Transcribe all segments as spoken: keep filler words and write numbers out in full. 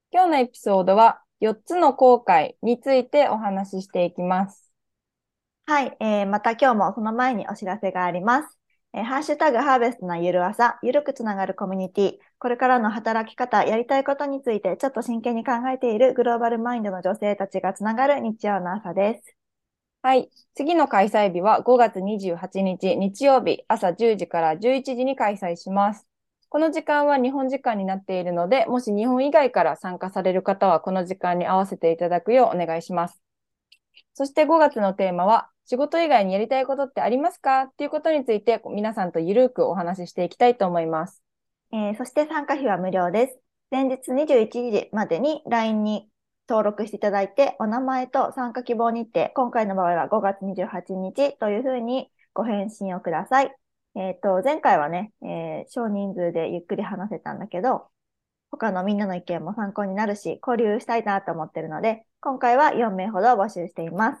今日のエピソードはよっつの後悔についてお話ししていきます。 はい、えー、また今日もその前にお知らせがあります。えーハッシュタグハーベストなゆる朝、ゆるくつながるコミュニティ、これからの働き方、やりたいことについてちょっと真剣に考えているグローバルマインドの女性たちがつながる日曜の朝です。 はい。次の開催日はごがつにじゅうはちにち日曜日朝じゅうじからじゅういちじに開催します。この時間は日本時間になっているので、もし日本以外から参加される方はこの時間に合わせていただくようお願いします。そしてごがつのテーマは、仕事以外にやりたいことってありますかっていうことについて皆さんとゆるくお話ししていきたいと思います。 えーそして参加費は無料です。前日にじゅういちじまでに ライン に登録していただいて、お名前と参加希望日程、今回の場合はごがつにじゅうはちにちというふうにご返信をください。えっと、前回はね、えー少人数でゆっくり話せたんだけど、他のみんなの意見も参考になるし、交流したいなと思ってるので、今回はよんめいほど募集しています。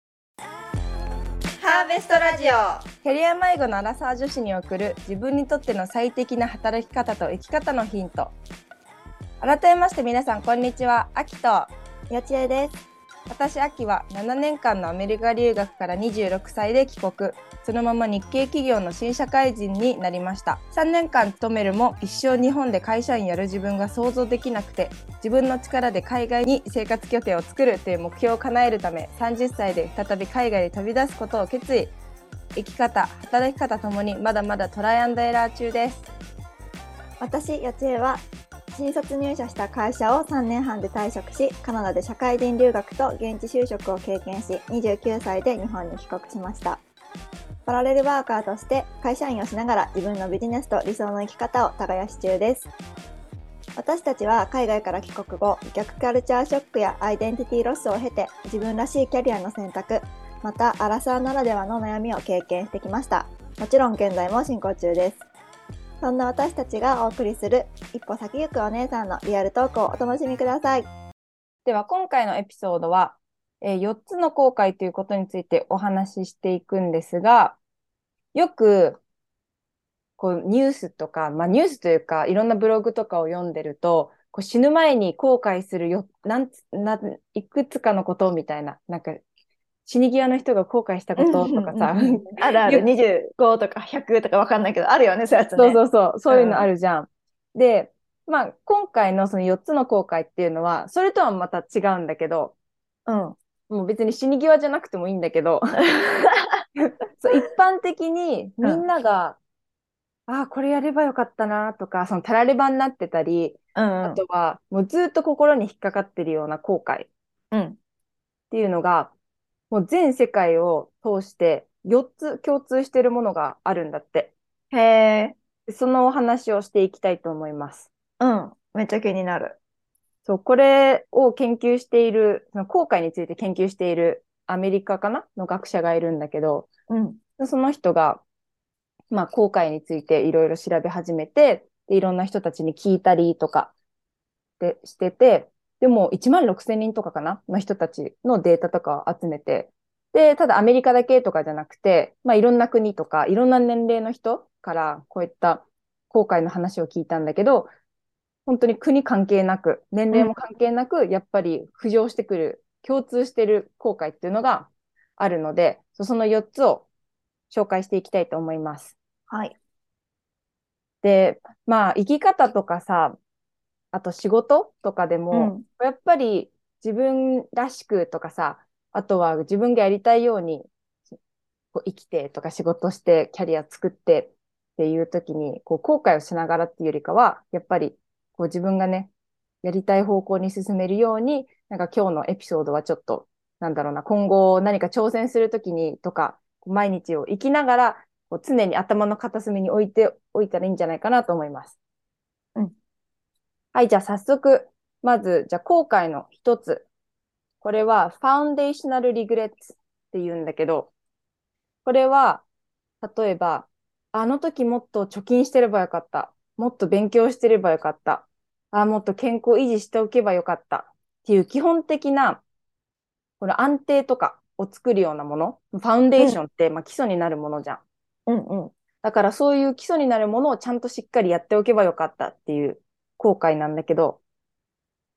ハーベストラジオ。 キャリア迷子のアラサー女子に送る自分にとっての最適な働き方と生き方のヒント。改めまして皆さんこんにちは、あきとよちえです。 私あきはななねんかんのアメリカ留学からにじゅうろくさいで帰国、そのまま日系企業の新社会人になりました。さんねんかん勤めるも一生日本で会社員やる自分が想像できなくて、自分の力で海外に生活拠点を作るという目標を叶えるためさんじゅっさいで再び海外に飛び出すことを決意。生き方、働き方ともにまだまだトライアンドエラー中です。 私、よちえは、新卒入社した会社をさんねんはんで退職し、カナダで社会人留学と現地就職を経験し、にじゅうきゅうさいで日本に帰国しました。パラレルワーカーとして会社員をしながら自分のビジネスと理想の生き方を耕し中です。私たちは海外から帰国後、逆カルチャーショックやアイデンティティロスを経て、自分らしいキャリアの選択、またアラサーならではの悩みを経験してきました。もちろん現在も進行中です。そんな私たちがお送りする一歩先行くお姉さんのリアルトークをお楽しみください。 では今回のエピソードは、えー、よっつの後悔ということについてお話ししていくんですが、よくこうニュースとか、まあ、ニュースというかいろんなブログとかを読んでると、こう死ぬ前に後悔するよなんつなんいくつかのことみたいな、なんか死に際の人が後悔したうんことうんうんとかさ、 うん。あるある、 よにじゅうごとかひゃくとかわかんないけど、あるよね、そういうやつそうね。 そうそう、そういうのあうん。 るじゃん。で、まあ、今回のそのよっつの後悔っていうのは、それとはまた違うんだけど、 うん。 もう別に死に際じゃなくてもいいんだけど、そう一般的にみんうん。 なが、ああ、これやればよかったなとか、そのたらればになってたり、あうん。 とはもうずっと心に引っかかってるような後悔っうん。 ていうのが、もう全世界を通してよっつ共通してるものがあるんだって。 へえ。 でそのお話をしていきたいと思います。 うん。めっちゃ気になる。 そう、これを研究している、その後悔について研究しているアメリカかなの学者がいるんだけど、 うん。 その人が、まあ、後悔についていろいろ調べ始めて、でいろんな人たちに聞いたりとかでしてて、でもいちまんろくせんにんとかかなの人たちのデータとかを集めて、で、ただアメリカだけとかじゃなくて、まあ、いろんな国とかいろんな年齢の人からこういった後悔の話を聞いたんだけど、本当に国関係なく、年うん。 齢も関係なく、やっぱり浮上してくる、共通してる後悔っていうのがあるので、そのよっつを紹介していきたいと思います。 はい。 で、まあ、生き方とかさ、あと仕事とかでも、 うん。 やっぱり自分らしくとかさ、あとは自分がやりたいようにこう生きてとか仕事してキャリア作ってっていう時に、こう後悔をしながらっていうよりかは、やっぱりこう自分がね、やりたい方向に進めるように、なんか今日のエピソードはちょっと、なんだろうな、今後何か挑戦するときにとか、毎日を生きながら、こう常に頭の片隅に置いておいたらいいんじゃないかなと思います。 うん。 はい、じゃあ早速、まず、じゃあ後悔の一つ。これは、ファウンデーショナルリグレッツって言うんだけど、これは、例えば、あの時もっと貯金してればよかった。もっと勉強してればよかった。あ、もっと健康維持しておけばよかった。っていう基本的な、この安定とかを作るようなもの。ファウンデーうん。 ションって、まあ、基礎になるものじゃん。 うん。うん。 だからそういう基礎になるものをちゃんとしっかりやっておけばよかったっていう後悔なんだけど、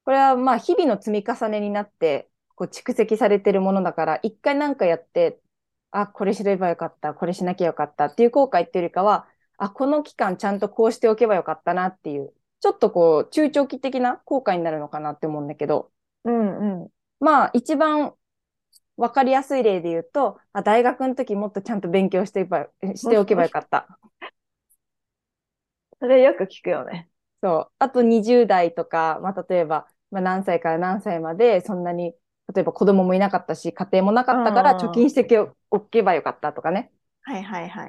これはまあ日々の積み重ねになって、こう蓄積されてるものだから、一回なんかやって、あ、これすればよかった、これしなきゃよかったっていう後悔っていうよりかは、あ、この期間ちゃんとこうしておけばよかったなっていう、ちょっとこう中長期的な後悔になるのかなって思うんだけど、 うんうん。 まあ一番わかりやすい例で言うと、あ、大学の時もっとちゃんと勉強していば、しておけばよかった。 それよく聞くよね。 そう。あとにじゅう代とか、まあ例えば、まあ何歳から何歳までそんなに、例えば子供もいなかったし、家庭もなかうったから貯んうん。 金しておけばよかったとかね。 はいはいはい。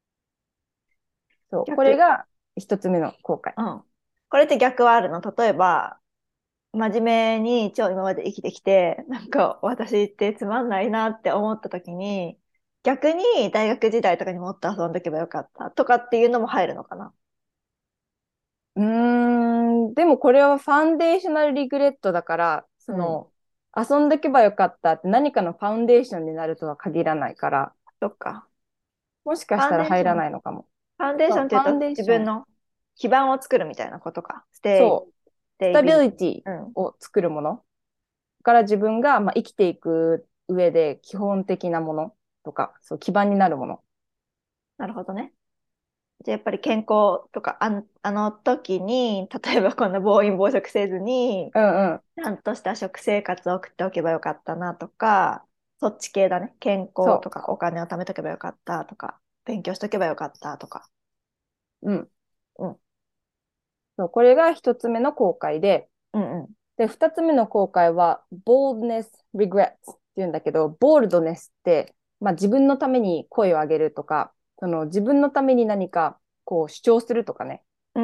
そう。これ逆。 が一つ目の後悔。 うん。これって逆はあるの？例えば、真面目に超今まで生きてきて、なんか私ってつまんないなって思った時に、逆に大学時代とかにもっと遊んでおけばよかったとかっていうのも入るのかな？ うーん、でもこれはファンデーショナルリグレットだから、そうん。 の、遊んでけばよかったって何かのファウンデーションになるとは限らないから、 そっか。 もしかファンしたら入らデーション。 ないのかも。 ファンデーシそうファンョンっていうとデーション。 自分の基盤を作るみたいなことか。ステイ、 そう。スタビステイビリテリティ。うん。 ィを作るもの。から自分が、まあ、生きていく上で基本的なものとか、そう基盤になるもの。 なるほどね。じゃあやっぱり健康とか、あん、あの時に、例えばこんな暴飲暴食せずに、 うんうん。 ちゃんとした食生活を送っておけばよかったなとか、そっち系だね。健康とそか、お金を貯めとけばよかったとか、勉強しとけばよかったとか。 う。うん。 うん、 そう、これが一つ目の後悔で、 うん、うん。 で、二つ目の後悔は、boldness regrets って言うんだけど、ボールドネスって、まあ自分のために声を上げるとか、その自分のために何かこう主張するとかね、 うん、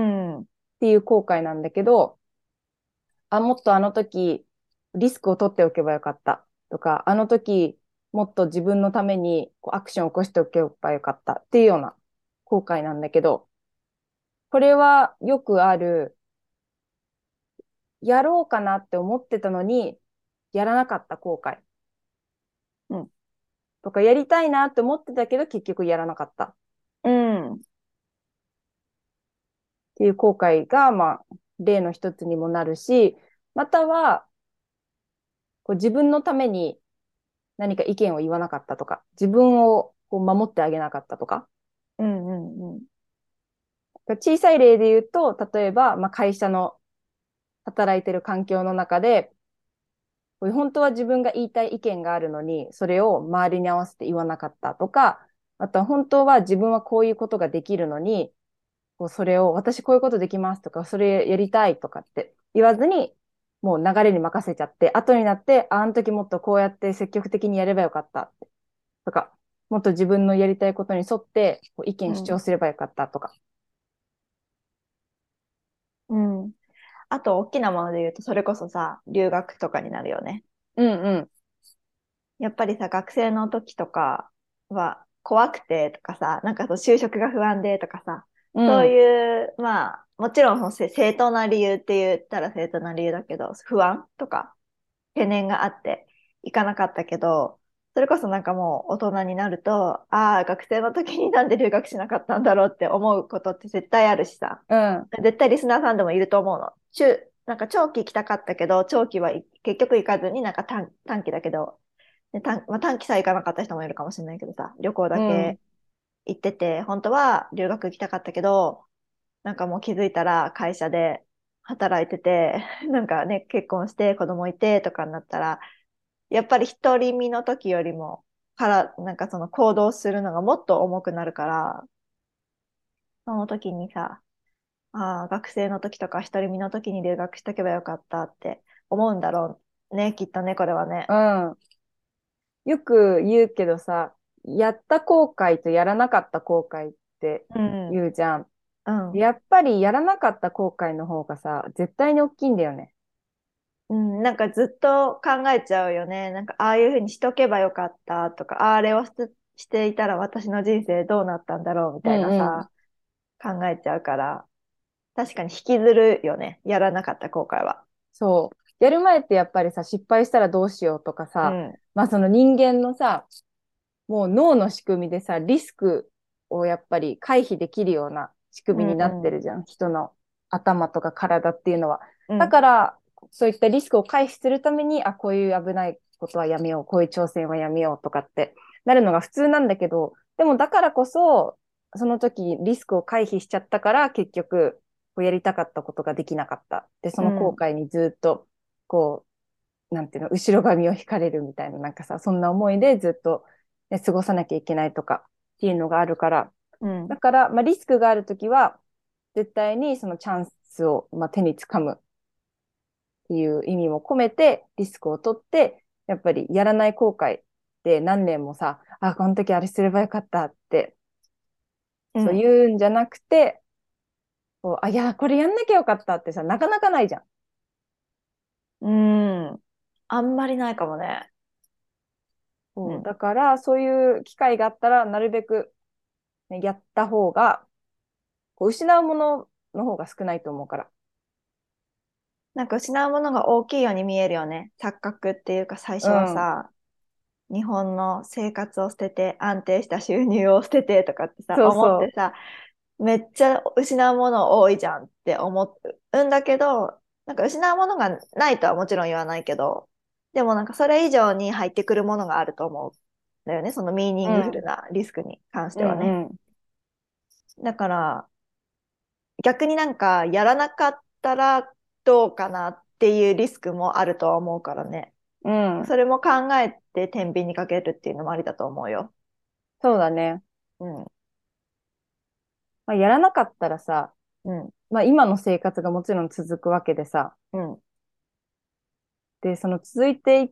っていう後悔なんだけど、あ、もっとあの時リスクを取っておけばよかったとか、あの時もっと自分のためにこうアクションを起こしておけばよかったっていうような後悔なんだけど、これはよくある、やろうかなって思ってたのに、やらなかった後悔うん、 とか、やりたいなって思ってたけど結局やらなかったっうん、 ていう後悔が、まあ、例の一つにもなるし、または、こう自分のために何か意見を言わなかったとか、自分をこう守ってあげなかったとか、 うん、うん、 小さい例で言うと、例えば、まあ、会社の働いてる環境の中で、本当は自分が言いたい意見があるのに、それを周りに合わせて言わなかったとか、あとは本当は自分はこういうことができるのに、こうそれを私こういうことできますとか、それやりたいとかって言わずに、もう流れに任せちゃって、後になって、あ、あの時もっとこうやって積極的にやればよかったとか、もっと自分のやりたいことに沿ってこう意見主張うん、 すればよかったとか。 うん。あと、大きなもので言うと、それこそさ、留学とかになるよね。 うんうん。 やっぱりさ、学生の時とかは怖くてとかさ、なんかそう就職が不安でとかさ、そううん。 いう、まあ、もちろんその正正当な理由って言ったら正当な理由だけど、不安とか懸念があって行かなかったけど、それこそなんかもう大人になると、ああ、学生の時になんで留学しなかったんだろうって思うことって絶対あるしさ、 うん。 絶対リスナーさんでもいると思うの。中、なんか長期行きたかったけど、長期はい結局行かずになんか短、短期だけど、で短、まあ、短期さえ行かなかった人もいるかもしれないけどさ、旅行うん。 だけ行ってて、本当は留学行きたかったけど、なんかもう気づいたら会社で働いてて、なんかね、結婚して子供いてとかになったら、やっぱり独り身の時よりも、から、なんかその行動するのがもっと重くなるから、その時にさ、ああ、学生の時とか独り身の時に留学しとけばよかったって思うんだろうね、きっとね、これはね。 うん。よく言うけどさ、やった後悔とやらなかった後悔ってうん、 言うじゃん。 うん。 やっぱりやらなかった後悔の方がさ、絶対に大きいんだよね。 うん、なんかずっと考えちゃうよね。なんかああいうふうにしとけばよかったとか、あれをし、していたら私の人生どうなったんだろうみうたいなんうん。 さ、考えちゃうから、確かに引きずるよね。やらなかった後悔は。 そう。やる前ってやっぱりさ、失敗したらどうしようとかさ、 うん。 まあその人間のさ、もう脳の仕組みでさ、リスクをやっぱり回避できるような仕組みになってうん。 るじゃん。人の頭とか体っていうのは。 うん。 だから、 そういったリスクを回避するために、あ、こういう危ないことはやめよう、こういう挑戦はやめようとかってなるのが普通なんだけど、でもだからこそ、その時リスクを回避しちゃったから、結局、こうやりたかったことができなかった。で、その後うん。 悔にずっと、こう、なんていうの、後ろ髪を引かれるみたいな、なんかさ、そんな思いでずっと、ね、過ごさなきゃいけないとかっていうのがあるから、 うん。 だから、まあ、リスクがあるときは、絶対にそのチャンスを、まあ、手につかむっていう意味も込めて、リスクを取って、やっぱりやらない後悔で何年もさ、あ、この時あれすればよかったって、そううん。 言うんじゃなくて、こう、あ、いや、これやんなきゃよかったってさ、なかなかないじゃん。 うん。あんまりないかもね。うそう、 ん。 だから、そういう機会があったら、なるべく、ね、やった方が、こう失うものの方が少ないと思うから。 なんか失うものが大きいように見えるよね。錯覚っていうか最初はうん。 さ、日本の生活を捨てて安定した収入を捨ててとかってさ、 そうそ思ってさ、めっちゃ失うもの多いじゃんって思うんだけど、なんか失うものがないとはもちろん言わないけど、でもなんかそれ以上に入ってくるものがあると思うんだよね。そのミーニう。 ンうん。 グフルなリスクに関しうてはね。 んうん。 だから逆になんかやらなかったらどうかなっていうリスクもあるとは思うからね。 うん。 それも考えて天秤にかけるっていうのもありだと思うよ。 そうだね。 うん。 まあ、やらなかったらさ、 うん。 まあ今の生活がもちろん続くわけでさ、 うん。 で、その続いていって、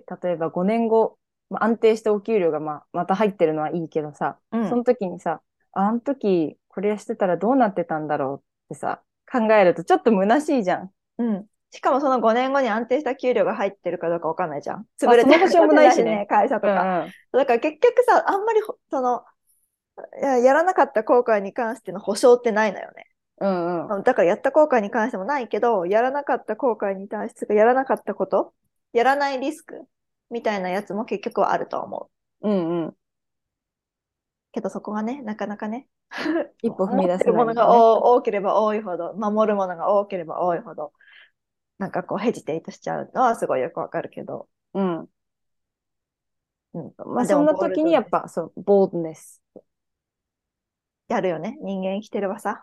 例えばごねんご、まあ、安定してお給料がまあまた入ってるのはいいけどさ、 うん。 その時にさ、あ、あの時これしてたらどうなってたんだろうってさ、考えるとちょっと虚しいじゃん。 うん。しかもそのごねんごに安定した給料が入ってるかどうかわかんないじゃん。 まあ潰れてるその保証もかもしれないしね、 ないしね。 会社とか。 うんうん。 だから結局さ、あんまりほその、いや、やらなかった後悔に関しての保証ってないのよね。 うんうん。 だからやった後悔に関してもないけど、やらなかった後悔に対して、やらなかったこと、やらないリスクみたいなやつも結局はあると思う。 うんうん。 けどそこがね、なかなかね、 一歩踏持み出せってるものがないんだよね。 多多ければ多いほど、守るものが多ければ多いほど、なんかこうヘジテイトしちゃうのはすごいよくわかるけど、 うん。 うん。 まあそんまあでもボーな時にやっルドです。 ぱそう、ボードネス。 やるよね。人間生きてればさ。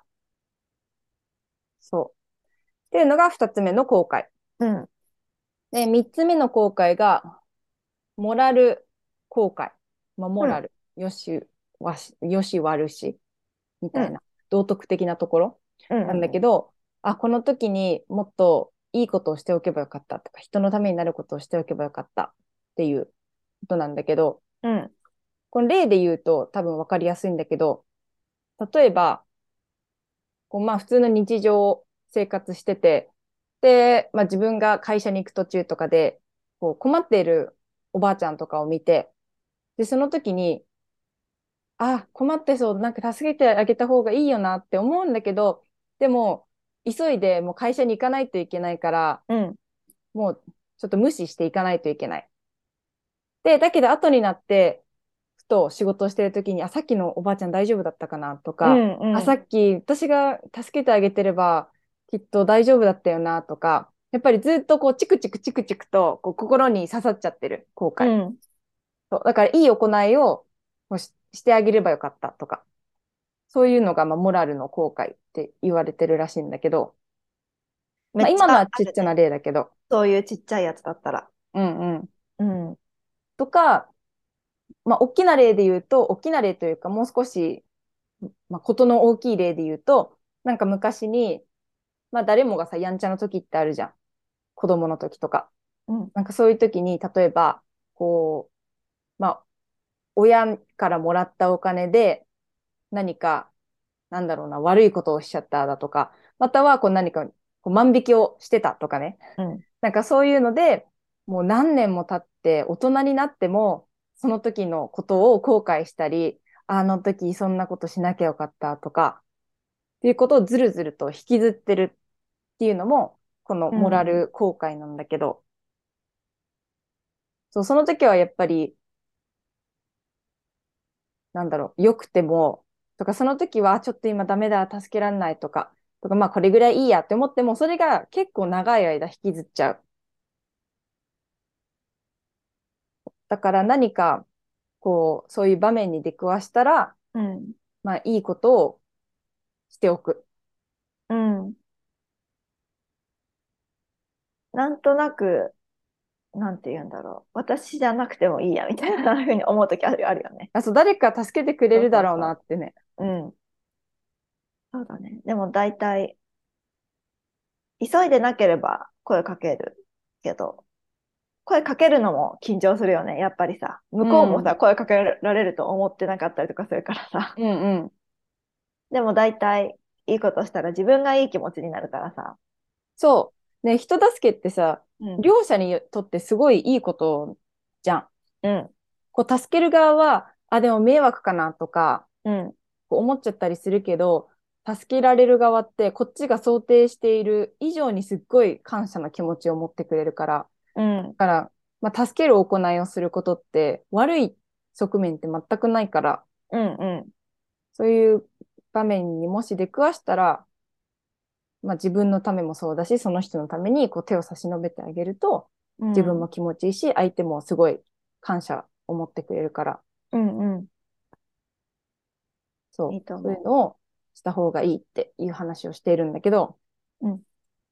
そう。っていうのが二つ目の後悔。 うん。 で、三つ目の後悔が、モラル後悔。まあ、モうん。 ラル。よし、わし、よし悪し。みうん。 たいな。道徳的なところなんだうん。うん。 けど、あ、この時にもっといいことをしておけばよかったとか、人のためになることをしておけばよかったっていうことなんだけど、 うん。 この例で言うと多分わかりやすいんだけど、例えば、こうまあ普通の日常生活してて、で、まあ自分が会社に行く途中とかで、こう困っているおばあちゃんとかを見て、で、その時に、あ、困ってそう、なんか助けてあげた方がいいよなって思うんだけど、でも、急いでもう会社に行かないといけないから、 うん。 もうちょっと無視していかないといけない。で、だけど後になって、ふと仕事をしてる時に、あ、さっきのおばあちゃん大丈夫だったかなとか、 うん。 あ、 うん。 さっき私が助けてあげてれば、きっと大丈夫だったよなとか、やっぱりずっとこう、チクチクチクチクと、こう、心に刺さっちゃってる後悔。 うん。 そう、だからいい行いをもし、してあげればよかったとか、そういうのが、まあ、モラルの後悔って言われてるらしいんだけど、まあ、 めっち今のはゃあるね。 ちっちゃな例だけど、 そういうちっちゃいやつだったら。 うんうん。 うん。 とか、まあ、大きな例で言うと、大きな例というか、もう少し、まあ、ことの大きい例で言うと、なんか昔に、まあ、誰もがさ、やんちゃな時ってあるじゃん。子供の時とか。 うん。 なんかそういう時に、例えば、こう、まあ、親からもらったお金で、何か、なんだろうな、悪いことをしちゃっただとか、または、こう何か、こう万引きをしてたとかね。 うん。 なんかそういうので、もう何年も経って大人になっても、その時のことを後悔したり、あの時そんなことしなきゃよかったとか、っていうことをずるずると引きずってるっていうのも、このモラうん。 ル後悔なんだけど、そう、その時はやっぱり、なんだろう、良くても、とか、その時はちょっと今ダメだ、助けられないとか、 とか、まあこれぐらいいいやって思っても、それが結構長い間引きずっちゃう。だから何か、こう、そういう場面に出くわしたら、 うん。 まあいいことをしておく。 うん。なんとなく、なんて言うんだろう。私じゃなくてもいいや、みたいなふうに思うときある、あるよね。 あ、そう、誰か助けてくれそうるだろうなそうそってね。 う。うん。そうだね。でも大体、急いでなければ声かけるけど、声かけるのも緊張するよね。やっぱりさ、向こうもさ、 うん。 声かけられると思ってなかったりとかするからさ。 うんうん。 でも大体、いいことしたら自分がいい気持ちになるからさ。 そう。ね、人助けってさ、 うん。 両者にとってすごいいいことじゃん。 うん。 こう、助ける側は、あ、でも迷惑かなとか、 うん。 こう思っちゃったりするけど、助けられる側って、こっちが想定している以上にすっごい感謝の気持ちを持ってくれるから、 うん。 だから、まあ、助ける行いをすることって、悪い側面って全くないから、 うん。うん。 そういう場面にもし出くわしたら、まあ、自分のためもそうだし、その人のためにこう手を差し伸べてあげると、 うん。 自分も気持ちいいし、相手もすごい感謝を持ってくれるから、 うん。うん。いそう、そういういと思のをした方がいいっていう話をしているんだけど、 う。うん。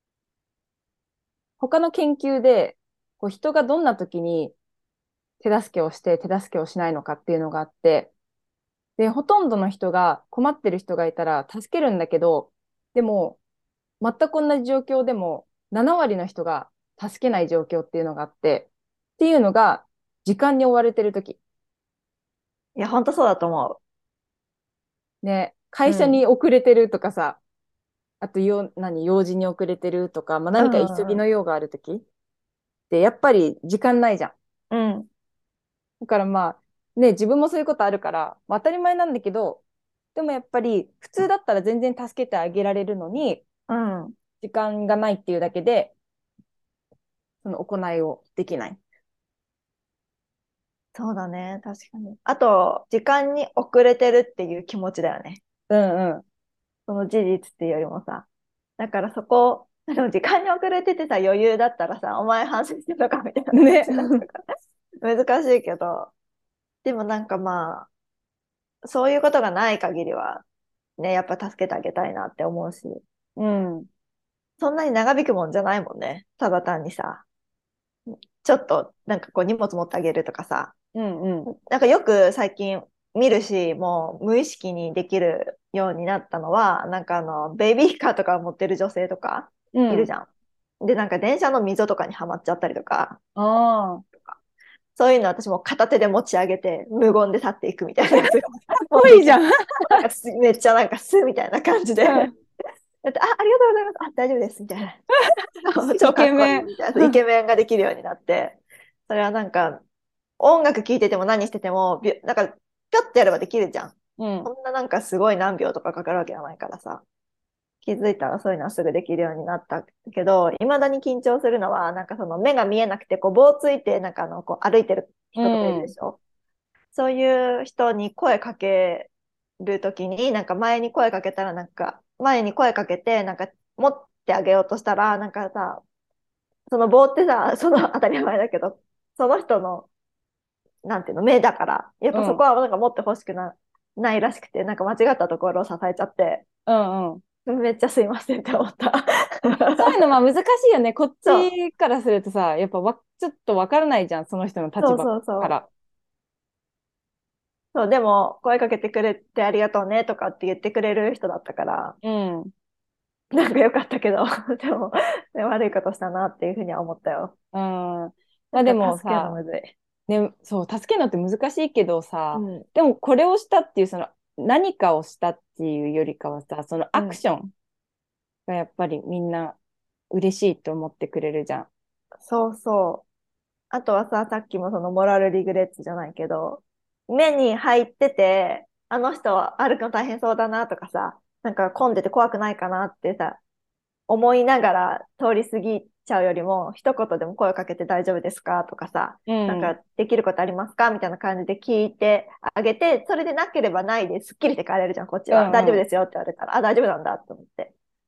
他の研究で、こう人がどんな時に手助けをして手助けをしないのかっていうのがあって、で、ほとんどの人が困ってる人がいたら助けるんだけど、でも、全く同じ状況でもなな割の人が助けない状況っていうのがあって、っていうのが時間に追われてる時いや、本当そうだと思ね、 う。う会社ん。 に遅れてるとかさ、あとよ、何、用事に遅れてるとか、まあ、 う何か急ぎん。 の用がある時ってやっぱり時間ないじゃん。 うん。 だからまあ、ね、自分もそういうことあるから、まあ、当たり前なんだけど、でもやっぱり普通だったら全然助けてあげられるのに、 うん。 時間がないっていうだけで、その行いをできない。 そうだね。確かに。あと、時間に遅れてるっていう気持ちだよね。 うんうその事実っていうよりもさ。だからそこ、でも時間に遅れててさ、余裕だったらさ、お前反省してたかみたいなん。ね。 感じになっちゃうから難しいけど、でもなんかまあ、そういうことがない限りは、ね、やっぱ助けてあげたいなって思うし、 うん。うんそんなに長引くもんじゃないもんね。ただ単にさ、ちょっとなんかこう荷物持ってあげるとかさ、 うんなんかよく最近見るし、もう無意識にできるようになったのは、なんかあの、ベビーカーとか持ってる女性とかうん。 いるじゃん。で、なんか電車の溝とかにはまっちゃったりとか、 ああ。 そういうの私も片手で持ち上げて無言で去っていくみたいなやつが、もうできる。 ぽいじゃん。 なんかめっちゃなんかスーみたいな感じで、 うん。 だってあ、ありがとうございます。あ、大丈夫です。みたいな。超イかっこいケメン。 いみたいな。イケメンができるようになって、それはなんか音楽聴いてても何してても、びなんかピョってやればできるじゃん。 うん。 こんななんかすごい何秒とかかかるわけじゃないからさ。気づいたらそういうのはすぐできるようになったけど、いまだに緊張するのは、なんかその目が見えなくて、こう棒ついて、なんかあの、こう歩いてるう人とかいるでん。 しょ。そういう人に声かけるときに、なんか前に声かけたら、なんか前に声かけて、なんか持ってあげようとしたら、なんかさ、その棒ってさ、その当たり前だけど、その人の、なんていうの、目だから、やっぱそこうん。 はなんか持ってほしくな、ないらしくて、なんか間違ったところを支えちゃって、 うんうん。 めっちゃすいませんって思った。 そういうのまあ難しいよね。こっそう、 ちからするとさ、やっぱわ、ちょっとわからないじゃん。その人の立そう場そうそう。 から。 そう、でも、声かけてくれてありがとうねとかって言ってくれる人だったから、 うん。うん。 なんか良かったけど、でも、ね悪いことしたなっていうふうには思ったよ。 まあでなんか助けるのもさ、 むずい。 ね、そう、助けるのって難しいけどさ、 うん、 でもこれをしたっていう、その何かをしたっていうよりかはさ、そのアクうん、 ションがやっぱりみんな嬉しいと思ってくれるじゃん。 そうそう。あとはさ、さっきもそのモラルリグレッツじゃないけど、目に入ってて、あの人は歩くの大変そうだなとかさ、なんか混んでて怖くないかなってさ、思いながら通り過ぎちゃうよりも、一言でも声をかけて大丈夫ですかとかさ、 うん。 なんかできることありますかみたいな感じで聞いてあげて、それでなければないですっきりして帰れるじゃん、こっちうは。大丈夫んうん。 ですよって言われたら、あ、大丈夫なんだと思って。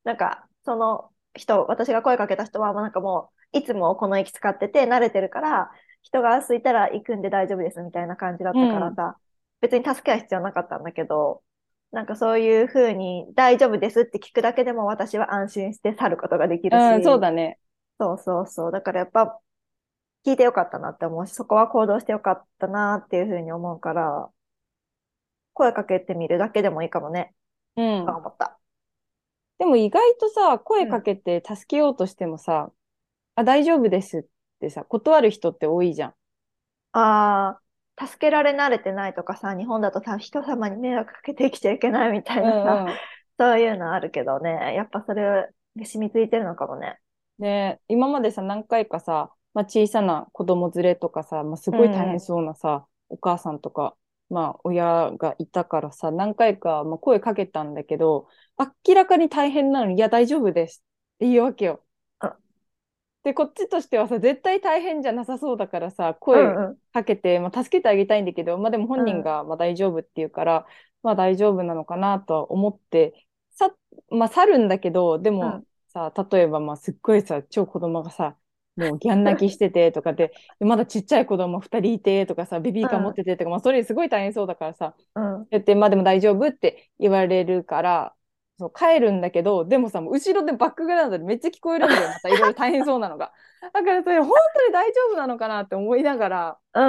なんか、その人、私が声かけた人は、もうなんかもう、いつもこの駅使ってて慣れてるから、人が空いたら行くんで大丈夫ですみたいな感じだったからうん。 さ、別に助けは必要なかったんだけど、なんかそういうふうに大丈夫ですって聞くだけでも私は安心して去ることができるうん、そうし、 だね。 そうそうそう。だからやっぱ聞いてよかったなって思うし、そこは行動してよかったなっていうふうに思うから、声かけてみるだけでもいいかもね、 うん。 とは思った。 でも意外とさ、 うん。 声かけて助けようとしてもさ、あ、大丈夫ですってさ、断る人って多いじゃん。 ああ、助けられ慣れてないとかさ、日本だとさ、人様に迷惑かけて生きちゃいけないみたいうなさ、 んうん。 そういうのあるけどね、やっぱそれが染みついてるのかもね。 で、今までさ、何回かさ、まあ、小さな子供連れとかさ、まあ、すうごい大変ん、 そうなさ、お母さんとか、まあ、親がいたからさ、何回か、まあ、声かけたんだけど、明らかに大変なのに、いや、大丈夫ですって言うわけよ。で、こっちとしてはさ、絶対大変じゃなさそうだからさ、声うん、うん、 かけて、まあ、助けてあげたいんだけど、まあ、でも本人うん、 がまあ大丈夫って言うから、まあ大丈夫なのかなとは思って、さ、まあ去るんだけど、でもうん、 さ、例えばまあすっごいさ、超子供がさ、もうギャン泣きしててとかで、でまだちっちゃい子供ふたりいてとかさ、ベビーカー持っうん、 ててとか、まあそれすごい大変そうだからさ、 うん、 言って、まあでも大丈夫って言われるから、そう帰るんだけど、でもさ、もう後ろでバックグラウンドでめっちゃ聞こえるんだよ。またいろいろ大変そうなのが。だからそれ本当に大丈夫なのかなって思いながら、 うん、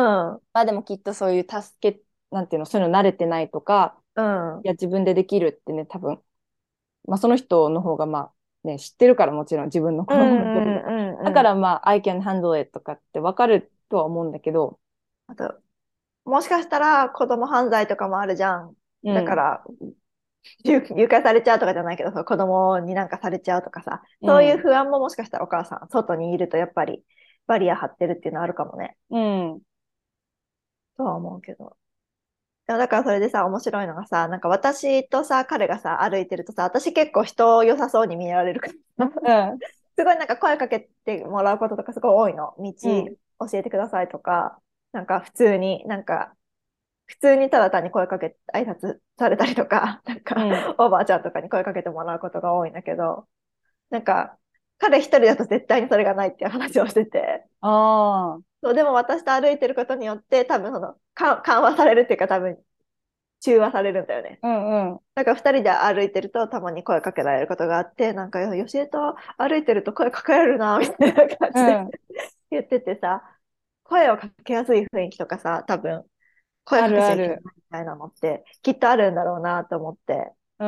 まあでもきっとそういう助け、なんていうの、そういうの慣れてないとか、 うん、 いや自分でできるってね、多分、まあその人の方がまあね、知ってるからもちろん自分の子うん、 供のこととか。 うん、 だうん。 からまあ、I can handle it とかってわかるとは思うんだけど、 あと、もしかしたら子供犯罪とかもあるじゃん。 うん、 だから、誘誘拐されちゃうとかじゃないけど、その子供になんかされちゃうとかさ、そういううん、 不安ももしかしたらお母さん、外にいるとやっぱりバリア張ってるっていうのはあるかもね。 うん、 とは思うけど。でもだからそれでさ、面白いのがさ、なんか私とさ、彼がさ、歩いてるとさ、私結構人良さそうに見えられるから。 うん、 すごいなんか声かけてもらうこととかすごい多いの。道うん、 教えてくださいとか、なんか普通になんか普通にただ単に声かけ、挨拶されたりとか、なんうん。 か、おばあちゃんとかに声かけてもらうことが多いんだけど、なんか、彼一人だと絶対にそれがないっていう話をしてて、 ああ、 そう、でも私と歩いてることによって、多分その、か緩和されるっていうか、多分、中和されるんだよね。 うんうん。 なんか二人で歩いてるとたまに声かけられることがあって、なんか、よしえと歩いてると声かけられるな、みたいな感じでうん。 言っててさ、声をかけやすい雰囲気とかさ、多分、声あかけちゃいけないるある。 みたいなのって、きっとあるんだろうなと思って。 うん。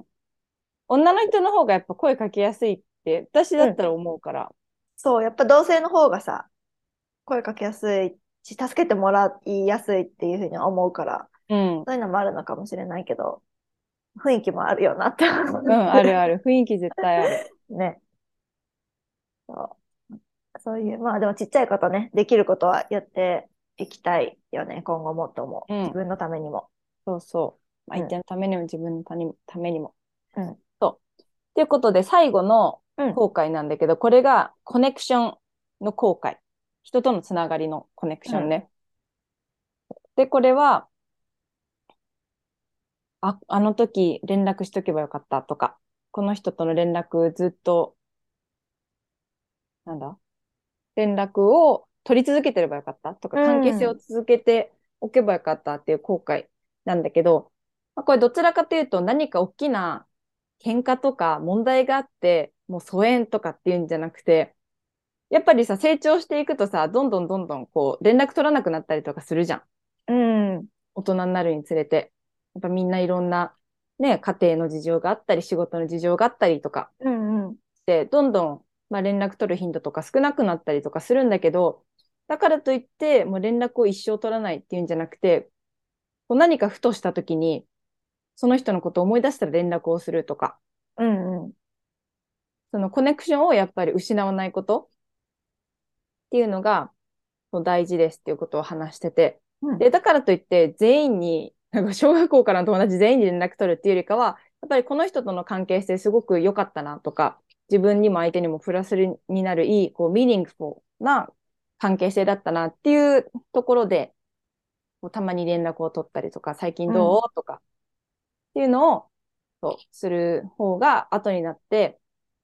女の人の方がやっぱ声かけやすいって私だうん。 ったら思うから。 そう、やっぱ同性の方がさ、声かけやすいし、助けてもらいやすいっていうふうに思うから、 うん。 そういうのもあるのかもしれないけど、雰囲気もあるよなって思うん、 って。 あるある。雰囲気絶対ある。 ね。そう、そういう、まあでもちっちゃいことね、できることはやっていきたいよね、今後もと思う。自うん。 分のためにも。 そうそう。 うん、 相手のためにも自分のたにためにも。 うん、 そう。ということで、最後のうん、 後悔なんだけど、これがコネクションの後悔。人とのつながりのコネクうん、 ションね。で、これは、あ、あの時連絡しとけばよかったとか、この人との連絡ずっと、なんだ連絡を取り続けてればよかったとか、 う関係性をん、 続けておけばよかったっていう後悔なんだけど、まあ、これどちらかというと何か大きな喧嘩とか問題があって、もう疎遠とかっていうんじゃなくて、やっぱりさ、成長していくとさ、どんどんどんどんこう、連絡取らなくなったりとかするじゃん。 うん、 大人になるにつれて。やっぱみんないろんな、ね、家庭の事情があったり、仕事の事情があったりとかうん、うん、 して、どんどん、まあ、連絡取る頻度とか少なくなったりとかするんだけど、だからといって、もう連絡を一生取らないっていうんじゃなくて、こう何かふとした時に、その人のことを思い出したら連絡をするとか、 うん、 そのコネクションをやっぱり失わないことっていうのが大事ですっていうことを話してて、 うん、 で、だからといって全員に、なんか小学校からの友達全員に連絡取るっていうよりかは、やっぱりこの人との関係性すごく良かったなとか、自分にも相手にもプラスになるいい、こう、ミーニングフォーな関係性だったなっていうところで、こうたまに連絡を取ったりとか、最近うん、 どうとかっていうのをそうする方が後になって、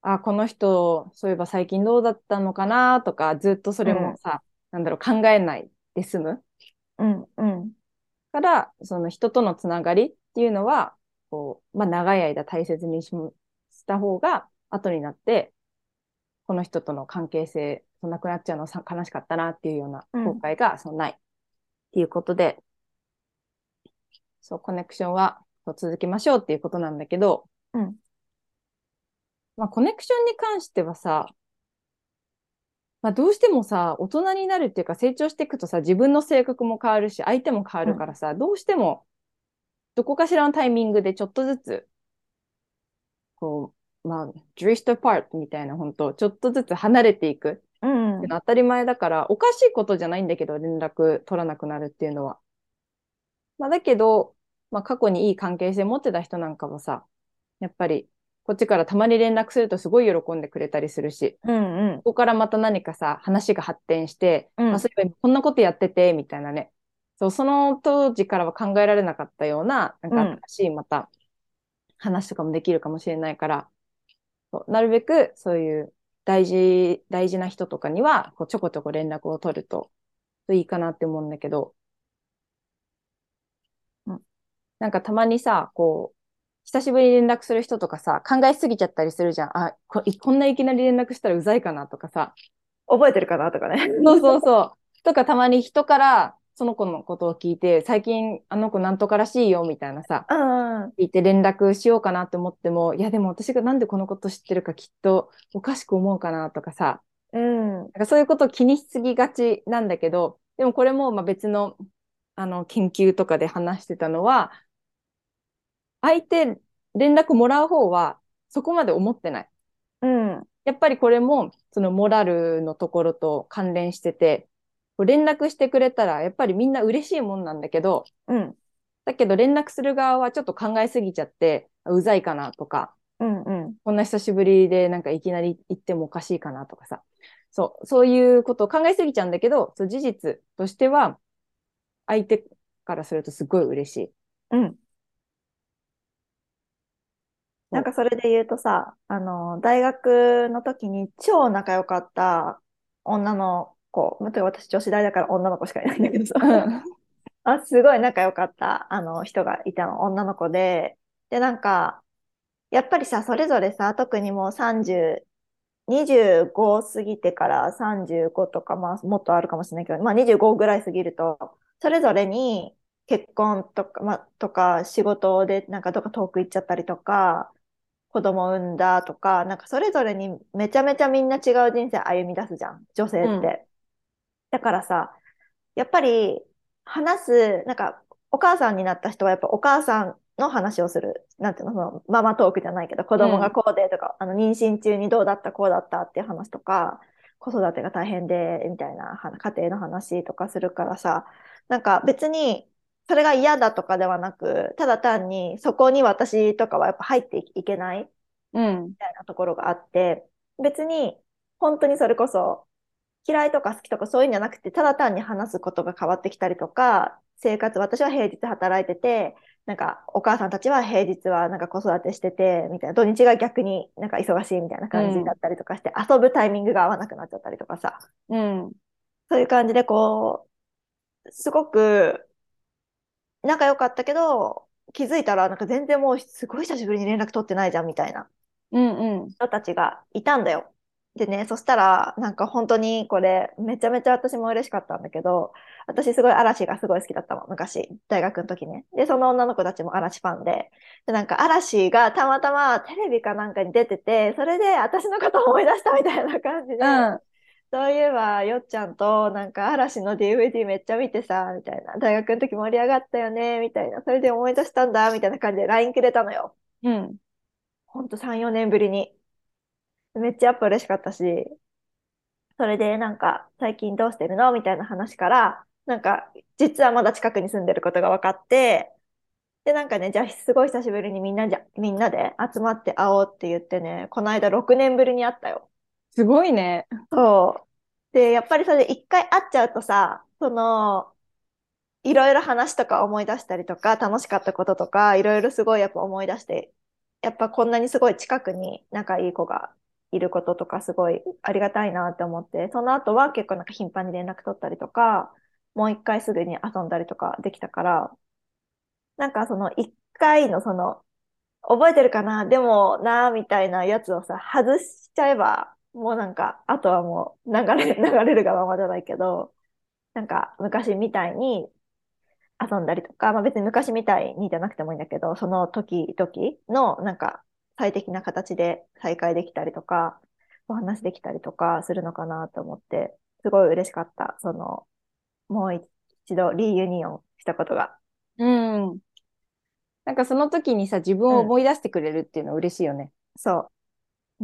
あ、この人、そういえば最近どうだったのかなとか、ずっとそうん、 れもさ、なんだろう、考えないで済むうん、うん、 から、その人とのつながりっていうのは、こう、まあ、長い間大切にしした方が、後になって、この人との関係性、そなくなっちゃうのさ悲しかったなっていうようなうん、 後悔がそのないっていうことで、そう、コネクションはそう続けましょうっていうことなんだけど、 うん、 まあ、コネクションに関してはさ、まあ、どうしてもさ、大人になるっていうか成長していくとさ、自分の性格も変わるし、相手も変わうん、 るからさ、どうしてもどこかしらのタイミングでちょっとずつ、こう、まあ、drift apart みたいな、本当ちょっとずつ離れていくってうん、 いうのは当たり前だから、おかしいことじゃないんだけど、連絡取らなくなるっていうのは。まあ、だけど、まあ、過去にいい関係性持ってた人なんかもさ、やっぱり、こっちからたまに連絡するとすごい喜んでくれたりするし、 うん、うん、 ここからまた何かさ、話が発展して、あ、 うん、 そういえばこんなことやってて、みたいなね。そう、その当時からは考えられなかったような、なんかうん、 新しいまた話とかもできるかもしれないから、そうなるべくそういう大事、大事な人とかには、こうちょこちょこ連絡を取るといいかなって思うんだけど、なんかたまにさ、こう、久しぶりに連絡する人とかさ、考えすぎちゃったりするじゃん。あ、こ、こんないきなり連絡したらうざいかなとかさ。 覚えてるかなとかね。 そうそうそう。とかたまに人からその子のことを聞いて、最近あの子なんとからしいよみたいなさ、 うん、うん、 聞いて連絡しようかなって思っても、いやでも私がなんでこのこと知ってるかきっとおかしく思うかなとかさ、 うん、 なんかそういうことを気にしすぎがちなんだけど、でもこれもまあ別の、あの研究とかで話してたのは、相手、連絡もらう方はそこまで思ってない。 うん、 やっぱりこれもそのモラルのところと関連してて、こう連絡してくれたらやっぱりみんな嬉しいもんなんだけど、 うん、 だけど連絡する側はちょっと考えすぎちゃって、うざいかなとか、 うん、うん、 こんな久しぶりでなんかいきなり言ってもおかしいかなとかさ、そう、そういうことを考えすぎちゃうんだけど、そう事実としては相手からするとすごい嬉しい。 うん。なんそかそれで言うとさ、あの、大学の時に超仲良かった女の子、また私女子大だから女の子しかいないんだけどさ、 う。うん。 あ、すごい仲良かったあの人がいたの、女の子で、で、なんか、やっぱりさ、それぞれさ、特にもうさんじゅう、にじゅうご過ぎてからさんじゅうごとか、まあもっとあるかもしれないけど、まあにじゅうごぐらい過ぎると、それぞれに結婚とか、まあ、とか仕事でなんかどっか遠く行っちゃったりとか、子供産んだとか、なんかそれぞれにめちゃめちゃみんな違う人生歩み出すじゃん、女性うん。 って。だからさ、やっぱり話す、なんかお母さんになった人はやっぱお母さんの話をする。なんていうの、そのママトークじゃないけど、子供がうん。 こうでとか、あの妊娠中にどうだった、こうだったっていう話とか、子育てが大変で、みたいなは家庭の話とかするからさ、なんか別にそれが嫌だとかではなく、ただ単にそこに私とかはやっぱ入っていけないみうん。 たいなところがあって、別に本当にそれこそ嫌いとか好きとかそういうんじゃなくて、ただ単に話すことが変わってきたりとか、生活、私は平日働いてて、なんかお母さんたちは平日はなんか子育てしてて、みたいな、土日が逆になんか忙しいみたいなうん。 感じだったりとかして、遊ぶタイミングが合わなくなっちゃったりとかさ、 うん。 そういう感じでこう、すごく仲良かったけど、気づいたらなんか全然もうすごい久しぶりに連絡取ってないじゃんみたいな。 うん。うん。 人たちがいたんだよ。でね、そしたら、なんか本当にこれ、めちゃめちゃ私も嬉しかったんだけど、私すごい嵐がすごい好きだったの、昔、大学の時ね。で、その女の子たちも嵐ファンで、で、なんか嵐がたまたまテレビかなんかに出てて、それで私のことを思い出したみたいな感じで、そういえば、よっちゃんとなんか嵐の ディーブイディー めっちゃ見てさ、みたいな。大学の時盛り上がったよね、みたいな。それで思い出したんだ、みたいな感じで ライン くれたのよ。 うん。 ほんとさん、よねんぶりに。めっちゃやっぱ嬉しかったし、それでなんか最近どうしてるのみたいな話から、なんか実はまだ近くに住んでることが分かって、でなんかね、じゃあすごい久しぶりにみんなじゃ、みんなで集まって会おうって言ってね、この間ろくねんぶりに会ったよ。 すごいね。 そう。で、やっぱりそれで一回会っちゃうとさ、その、いろいろ話とか思い出したりとか、楽しかったこととか、いろいろすごいやっぱ思い出して、やっぱこんなにすごい近くに仲いい子がいることとかすごいありがたいなって思って、その後は結構なんか頻繁に連絡取ったりとか、もう一回すぐに遊んだりとかできたから、なんかその一回のその、覚えてるかなでもなーみたいなやつをさ、外しちゃえば、もうなんか、あとはもう流れ、流れるがままじゃないけど、なんか昔みたいに遊んだりとか、まあ別に昔みたいにじゃなくてもいいんだけど、その時々のなんか最適な形で再会できたりとか、お話できたりとかするのかなと思って、すごい嬉しかった。その、もう一度リユニオンしたことが。 うん。なんかその時にさ、自分うん、 を思い出してくれるっていうのは嬉しいよね。 そう。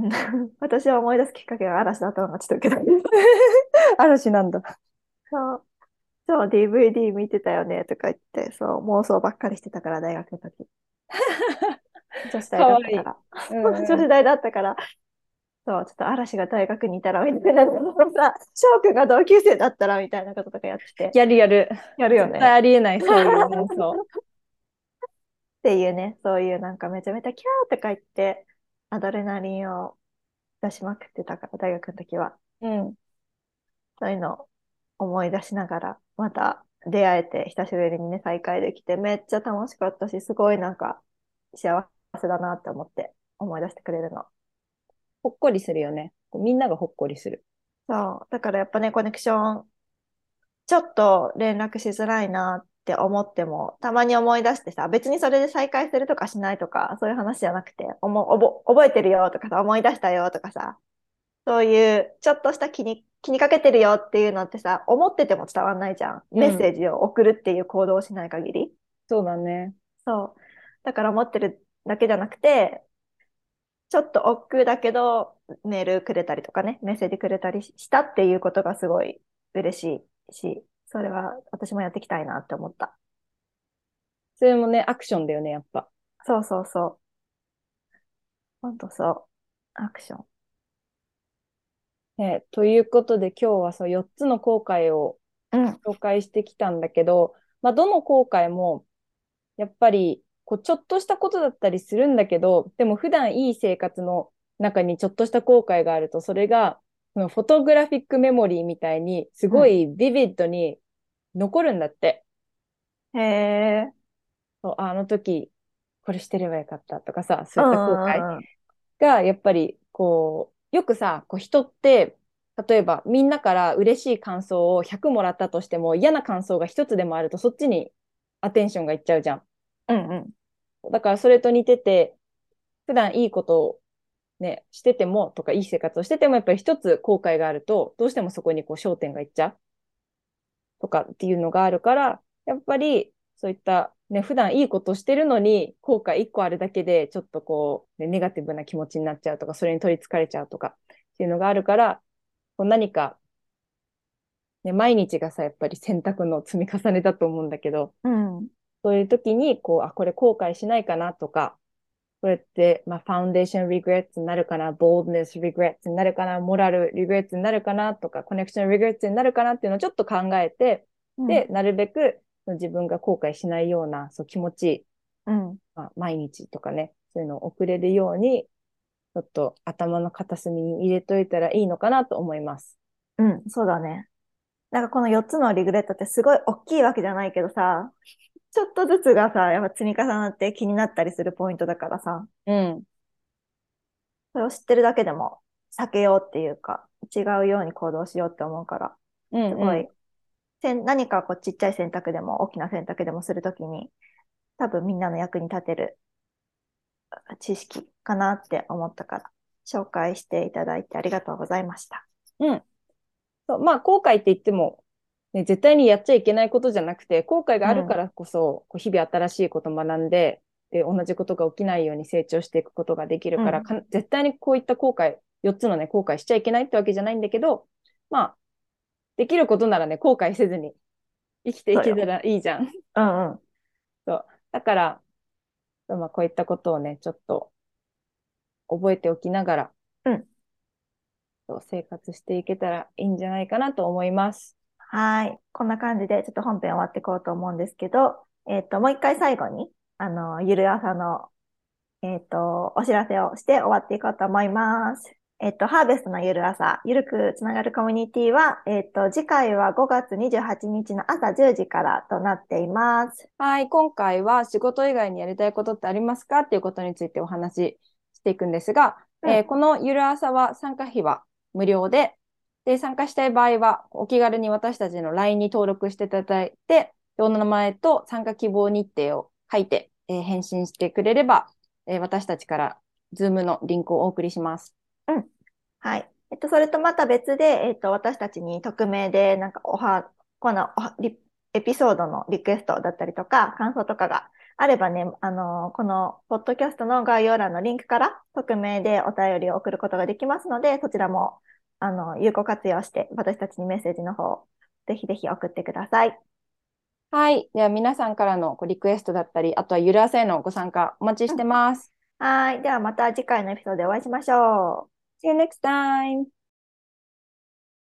私は思い出すきっかけが嵐だったのがちょっと受けた。 嵐なんだ。 そう、そう、ディーブイディー 見てたよねとか言って、そう、妄想ばっかりしてたから、大学の時。女子大かわいい。 だったから。 うんうん。 女子大だったから、そう、ちょっと嵐が大学にいたら、みたいなのさ、翔くんが同級生だったら、みたいなこととかやってて、 やるやる。絶対やるよね。 ありえない、そういう妄想。 っていうね、そういうなんかめちゃめちゃキャーとか言って、アドレナリンを出しまくってたから、大学の時は。 うん。 そういうのを思い出しながら、また出会えて、久しぶりにね、再会できて、めっちゃ楽しかったし、すごいなんか幸せだなって思って思い出してくれるの。 ほっこりするよね。みんながほっこりする。 そう。だからやっぱね、コネクション、ちょっと連絡しづらいなって思っても、たまに思い出してさ、別にそれで再会するとかしないとか、そういう話じゃなくて、おも、おぼ、覚えてるよとかさ、思い出したよとかさ、そういうちょっとした気に、気にかけてるよっていうのってさ、思ってても伝わんないじゃん。 うん。 メッセージを送るっていう行動をしない限り。 そうだね。 そう。だから思ってるだけじゃなくて、ちょっと億劫だけど、メールくれたりとかね、メッセージくれたりしたっていうことがすごい嬉しいし、それは私もやっていきたいなって思った。 それもね、アクションだよね、やっぱ。 そうそうそう。ほんとそう。アクション。 ね、ということで今日はそうよっつの後悔をうん。 紹介してきたんだけど、まあ、どの後悔もやっぱりこうちょっとしたことだったりするんだけど、でも普段いい生活の中にちょっとした後悔があると、それがそのフォトグラフィックメモリーみたいにすうん。 ごいビビッドに残るんだって。 へえ。 そうあの時これしてればよかったとかさ、そうういった後悔んうんがやっぱりこう、よくさ、こう人って、例えばみんなから嬉しい感想をひゃくもらったとしても嫌な感想が一つでもあるとそっちにアテンションがいっちゃうじゃん。 うん。うんうん。 だからそれと似てて、普段いいことをね、しててもとかいい生活をしててもやっぱり一つ後悔があるとどうしてもそこにこう焦点がいっちゃうとかっていうのがあるから、やっぱりそういったね、普段いいことしてるのに後悔いっこあるだけでちょっとこう、ね、ネガティブな気持ちになっちゃうとか、それに取り憑かれちゃうとかっていうのがあるから、こう何か、ね、毎日がさ、やっぱり選択の積み重ねだと思うんだけど、 うん。 そういう時にこう、あ、これ後悔しないかなとか、これって、まあ、ファウンデーションリグレッツになるかな、ボールネスリグレッツになるかな、モラルリグレッツになるかなとか、コネクションリグレッツになるかなっていうのをちょっと考えて、で、 うん。 なるべく自分が後悔しないような、そう気持ちいい、 うん。 まあ、毎日とかね、そういうのを送れるように、ちょっと頭の片隅に入れといたらいいのかなと思います。 うん。そうだね。なんかこのよっつのリグレットってすごい大きいわけじゃないけどさ、ちょっとずつがさ、やっぱ積み重なって気になったりするポイントだからさ、 うん。 それを知ってるだけでも避けようっていうか、違うように行動しようって思うから、 うんうん。 すごい、せん何かこうちっちゃい選択でも大きな選択でもするときに、多分みんなの役に立てる知識かなって思ったから、紹介していただいてありがとうございました。 うん。そう、まあ、後悔って言っても、ね、絶対にやっちゃいけないことじゃなくて、後悔があるかうん。 らこそ、こう日々新しいことを学んで、で、同じことが起きないように成長していくことができるから、 うん。 か絶対にこういった後悔、よっつのね、後悔しちゃいけないってわけじゃないんだけど、まあ、できることならね、後悔せずに生きていそうよ。 けたらいいじゃん。 うんうん。 そう。だから、まあ、こういったことをね、ちょっと覚えておきながら、 うん。 そう生活していけたらいいんじゃないかなと思います。 はい。こんな感じでちょっと本編終わっていこうと思うんですけど、えっと、もう一回最後に、あの、ゆる朝の、えっと、お知らせをして終わっていこうと思います。 えっと、ハーベストのゆる朝、ゆるくつながるコミュニティは、えっと、次回はごがつにじゅうはちにちの朝じゅうじからとなっています。 はい、今回は仕事以外にやりたいことってありますかっていうことについてお話ししていくんですが、 うん。 えーこのゆる朝は参加費は無料で、で、参加したい場合はお気軽に私たちの ライン に登録していただいて、でお名前と参加希望日程を書いて、えー返信してくれれば、えー私たちから Zoom のリンクをお送りします。 うん。はい。えっと、それとまた別で、えっと、私たちに匿名で、なんか、おは、このおはリエピソードのリクエストだったりとか、感想とかがあればね、あの、このポッドキャストの概要欄のリンクから匿名でお便りを送ることができますので、そちらも、あの、有効活用して、私たちにメッセージの方、ぜひぜひ送ってください。 はい。では皆さんからのこうリクエストだったり、あとはゆる朝へのご参加お待ちしてうん。 ます。 はい。ではまた次回のエピソードでお会いしましょう。 See you next time!